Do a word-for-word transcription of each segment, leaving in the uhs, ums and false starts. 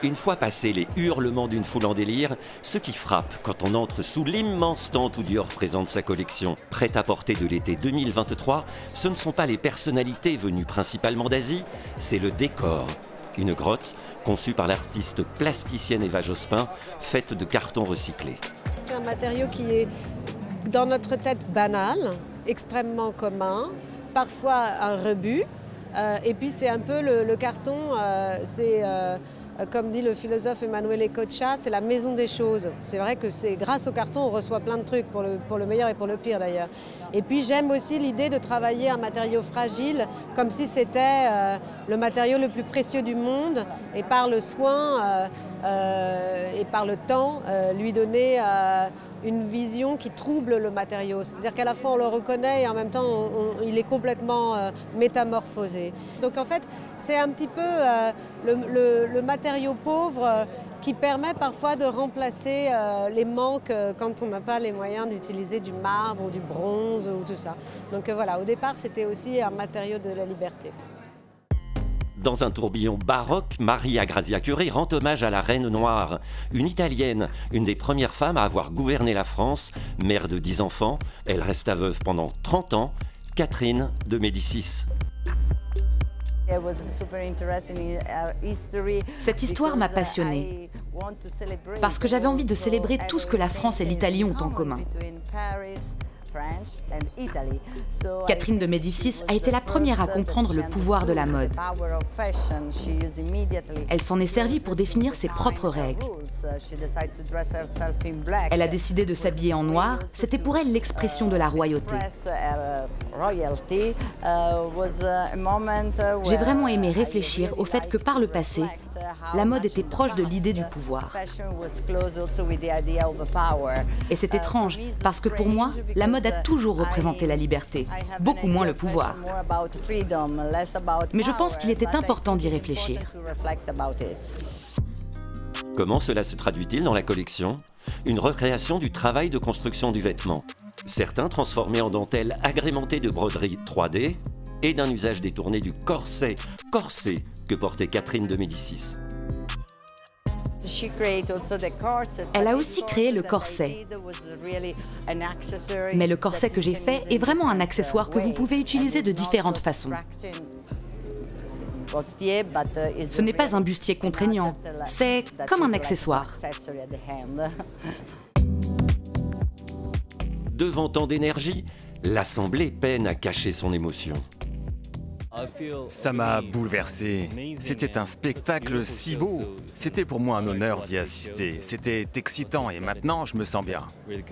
Une fois passés les hurlements d'une foule en délire, ce qui frappe quand on entre sous l'immense stand où Dior présente sa collection prêt-à-porter de l'été deux mille vingt-trois, ce ne sont pas les personnalités venues principalement d'Asie, c'est le décor. Une grotte conçue par l'artiste plasticienne Eva Jospin, faite de carton recyclé. C'est un matériau qui est dans notre tête banal, extrêmement commun, parfois un rebut. Euh, et puis c'est un peu le, le carton, euh, c'est... Euh, Comme dit le philosophe Emanuele Coccia, c'est la maison des choses. C'est vrai que c'est grâce au carton on reçoit plein de trucs, pour le, pour le meilleur et pour le pire d'ailleurs. Et puis j'aime aussi l'idée de travailler un matériau fragile, comme si c'était euh, le matériau le plus précieux du monde, et par le soin euh, euh, et par le temps, euh, lui donner euh, une vision qui trouble le matériau. C'est-à-dire qu'à la fois on le reconnaît et en même temps on, on, il est complètement euh, métamorphosé. Donc en fait c'est un petit peu euh, le, le, le matériau pauvre euh, qui permet parfois de remplacer euh, les manques euh, quand on n'a pas les moyens d'utiliser du marbre ou du bronze ou tout ça. Donc euh, voilà, au départ c'était aussi un matériau de la liberté. Dans un tourbillon baroque, Maria Grazia Chiuri rend hommage à la Reine Noire, une Italienne, une des premières femmes à avoir gouverné la France, mère de dix enfants. Elle resta veuve pendant trente ans, Catherine de Médicis. Cette histoire m'a passionnée, parce que j'avais envie de célébrer tout ce que la France et l'Italie ont en commun. Catherine de Médicis a été la première à comprendre le pouvoir de la mode. Elle s'en est servie pour définir ses propres règles. Elle a décidé de s'habiller en noir, c'était pour elle l'expression de la royauté. J'ai vraiment aimé réfléchir au fait que par le passé, la mode était proche de l'idée du pouvoir. Et c'est étrange, parce que pour moi, la mode a toujours représenté la liberté, beaucoup moins le pouvoir. Mais je pense qu'il était important d'y réfléchir. Comment cela se traduit-il dans la collection? Une recréation du travail de construction du vêtement. Certains transformés en dentelle agrémentée de broderies trois D et d'un usage détourné du corset, corset que portait Catherine de Médicis. Elle a aussi créé le corset. Mais le corset que j'ai fait est vraiment un accessoire que vous pouvez utiliser de différentes façons. Ce n'est pas un bustier contraignant, c'est comme un accessoire. Devant tant d'énergie, l'assemblée peine à cacher son émotion. Ça m'a bouleversé. C'était un spectacle si beau. C'était pour moi un honneur d'y assister. C'était excitant et maintenant je me sens bien.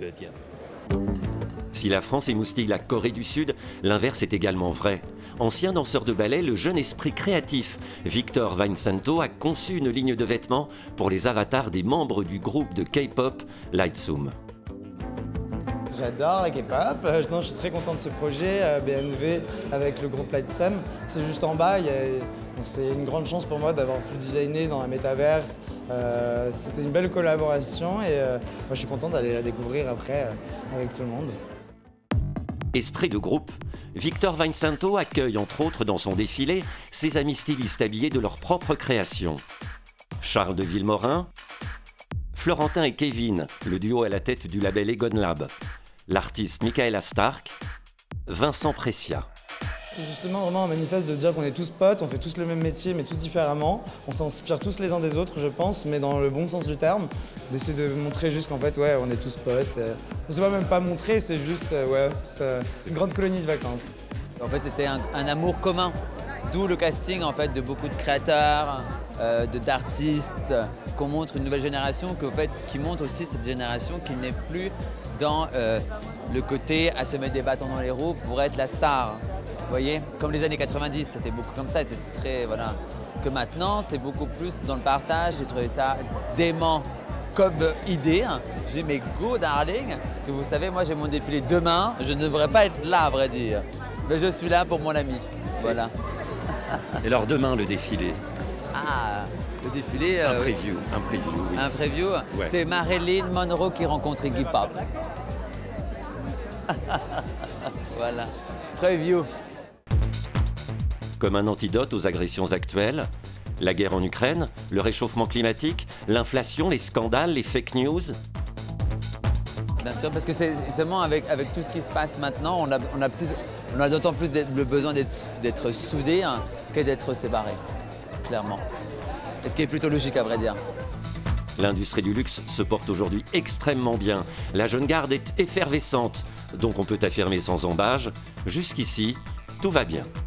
Si la France émoustille la Corée du Sud, l'inverse est également vrai. Ancien danseur de ballet, le jeune esprit créatif Victor Vincento a conçu une ligne de vêtements pour les avatars des membres du groupe de K-pop Lightsum. J'adore la K-pop, euh, je suis très content de ce projet euh, B N V avec le groupe Lightsum. C'est juste en bas, c'est une grande chance pour moi d'avoir pu designer dans la métaverse. Euh, C'était une belle collaboration et euh, moi, je suis content d'aller la découvrir après euh, avec tout le monde. Esprit de groupe, Victor Vincento accueille entre autres dans son défilé ses amis stylistes habillés de leur propre création. Charles de Villemorin, Florentin et Kevin, le duo à la tête du label Egon Lab. L'artiste Michaela Stark, Vincent Precia. C'est justement vraiment un manifeste de dire qu'on est tous potes, on fait tous le même métier mais tous différemment. On s'inspire tous les uns des autres je pense, mais dans le bon sens du terme. D'essayer de montrer juste qu'en fait ouais on est tous potes. C'est pas même pas montrer, c'est juste ouais, c'est une grande colonie de vacances. En fait c'était un, un amour commun, d'où le casting en fait de beaucoup de créateurs, euh, d'artistes, qu'on montre une nouvelle génération, que, en fait, qui montre aussi cette génération qui n'est plus dans euh, le côté à se mettre des bâtons dans les roues pour être la star. Vous voyez, comme les années quatre-vingt-dix, c'était beaucoup comme ça, c'était très, voilà. Que maintenant, c'est beaucoup plus dans le partage, j'ai trouvé ça dément comme idée. J'ai mes go darling, que vous savez, moi j'ai mon défilé demain, je ne devrais pas être là à vrai dire. Mais je suis là pour mon ami, voilà. Et alors demain, le défilé? Ah, le défilé... Un euh, preview, un preview, oui. Un preview, ouais. C'est Marilyn Monroe qui rencontre Iggy Pop. Voilà, preview. Comme un antidote aux agressions actuelles, La guerre en Ukraine, le réchauffement climatique, l'inflation, les scandales, les fake news? Bien sûr, parce que c'est justement avec, avec tout ce qui se passe maintenant, on a, on a, plus, on a d'autant plus le besoin d'être soudés hein, que d'être séparés, clairement. Et ce qui est plutôt logique à vrai dire. L'industrie du luxe se porte aujourd'hui extrêmement bien. La jeune garde est effervescente, donc on peut affirmer sans embâge, jusqu'ici, tout va bien.